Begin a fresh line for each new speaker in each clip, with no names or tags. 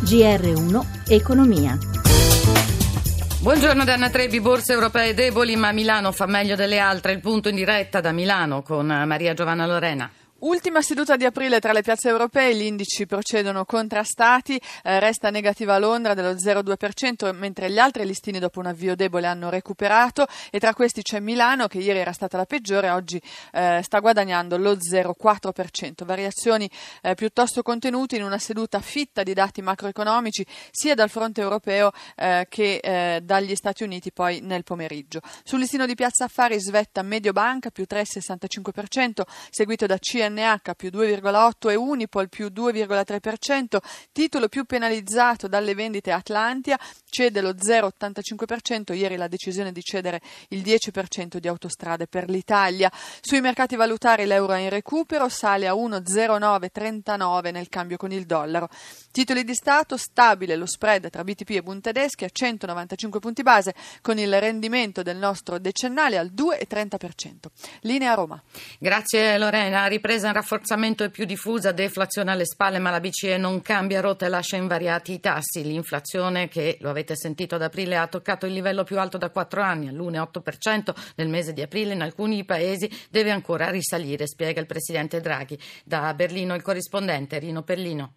GR1 Economia.
Buongiorno da Anna Trebi. Borse europee deboli, ma Milano fa meglio delle altre. Il punto in diretta da Milano con Maria Giovanna Lorena.
Ultima seduta di aprile tra le piazze europee, gli indici procedono contrastati, resta negativa Londra dello 0,2%, mentre gli altri listini dopo un avvio debole hanno recuperato, e tra questi c'è Milano che ieri era stata la peggiore, oggi sta guadagnando lo 0,4%. Variazioni piuttosto contenute in una seduta fitta di dati macroeconomici sia dal fronte europeo che dagli Stati Uniti poi nel pomeriggio. Sul listino di Piazza Affari svetta Mediobanca più 3,65%, seguito da CNH più 2,8% e Unipol più 2,3%, titolo più penalizzato dalle vendite Atlantia, cede lo 0,85%, ieri la decisione di cedere il 10% di Autostrade per l'Italia. Sui mercati valutari l'euro è in recupero, sale a 1,0939 nel cambio con il dollaro. Titoli di Stato, stabile lo spread tra BTP e Bund tedeschi a 195 punti base, con il rendimento del nostro decennale al 2,30%. Linea Roma.
Grazie Lorena. Ripresa in rafforzamento e più diffusa, deflazione alle spalle, ma la BCE non cambia rotta e lascia invariati i tassi. L'inflazione, che lo avete sentito ad aprile, ha toccato il livello più alto da 4 anni, all'1,8% nel mese di aprile. In alcuni paesi deve ancora risalire, spiega il presidente Draghi. Da Berlino il corrispondente Rino Pellino.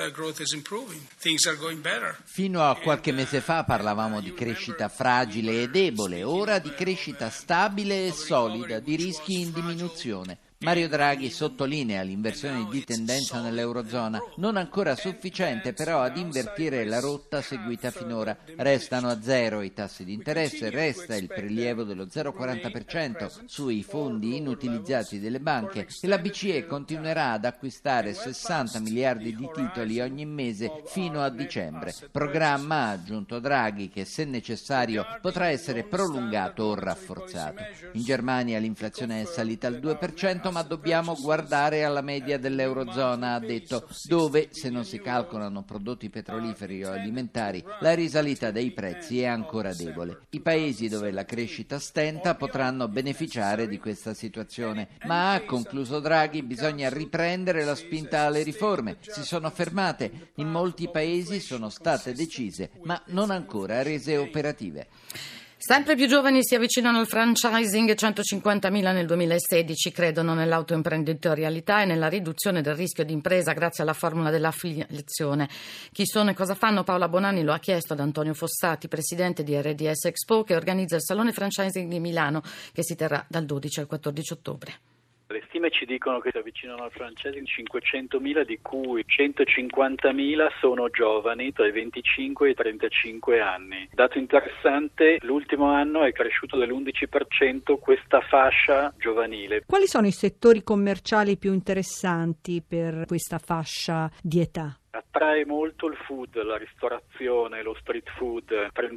Fino a qualche mese fa parlavamo di crescita fragile e debole, ora di crescita stabile e solida, di rischi in diminuzione. Mario Draghi sottolinea l'inversione di tendenza nell'Eurozona, non ancora sufficiente però ad invertire la rotta seguita finora. Restano a zero i tassi di interesse, resta il prelievo dello 0,40% sui fondi inutilizzati delle banche e la BCE continuerà ad acquistare 60 miliardi di titoli ogni mese fino a dicembre. Programma, ha aggiunto Draghi, che se necessario potrà essere prolungato o rafforzato. In Germania l'inflazione è salita al 2%, ma dobbiamo guardare alla media dell'Eurozona, ha detto, dove, se non si calcolano prodotti petroliferi o alimentari, la risalita dei prezzi è ancora debole. I paesi dove la crescita stenta potranno beneficiare di questa situazione, ma, ha concluso Draghi, bisogna riprendere la spinta alle riforme. Si sono fermate, in molti paesi sono state decise, ma non ancora rese operative.
Sempre più giovani si avvicinano al franchising, 150.000 nel 2016, credono nell'autoimprenditorialità e nella riduzione del rischio di impresa grazie alla formula dell'affiliazione. Chi sono e cosa fanno? Paola Bonanni lo ha chiesto ad Antonio Fossati, presidente di RDS Expo, che organizza il Salone Franchising di Milano, che si terrà dal 12 al 14 ottobre.
Le stime ci dicono che si avvicinano al franchising 500.000, di cui 150.000 sono giovani tra i 25 e i 35 anni. Dato interessante, l'ultimo anno è cresciuto dell'11% questa fascia giovanile.
Quali sono i settori commerciali più interessanti per questa fascia di età?
Attrae molto il food, la ristorazione, lo street food,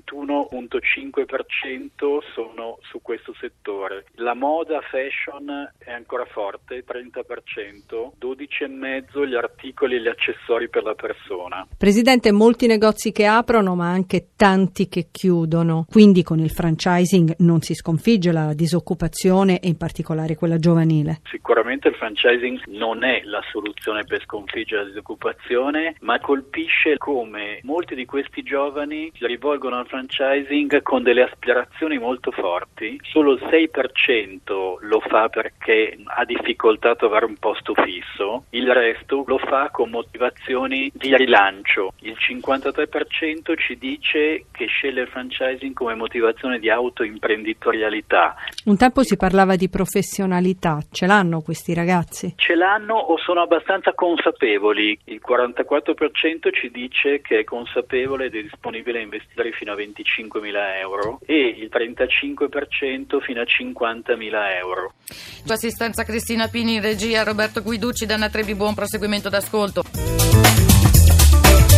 31,5% sono su questo settore. La moda fashion è ancora forte, 30%, 12,5% gli articoli e gli accessori per la persona.
Presidente, molti negozi che aprono ma anche tanti che chiudono, quindi con il franchising non si sconfigge la disoccupazione e in particolare quella giovanile.
Sicuramente il franchising non è la soluzione per sconfiggere la disoccupazione, ma colpisce come molti di questi giovani si rivolgono al franchising con delle aspirazioni molto forti. Solo il 6% lo fa perché ha difficoltà a trovare un posto fisso, il resto lo fa con motivazioni di rilancio. Il 53% ci dice che sceglie il franchising come motivazione di autoimprenditorialità.
Un tempo si parlava di professionalità, ce l'hanno questi ragazzi?
Ce l'hanno o sono abbastanza consapevoli. Il 44% ci dice che è consapevole ed è disponibile a investire fino a 25.000 euro e il 35% fino a 50.000 euro.
Assistenza Cristina Pini, in regia Roberto Guiducci, da Anna Trebi, buon proseguimento d'ascolto.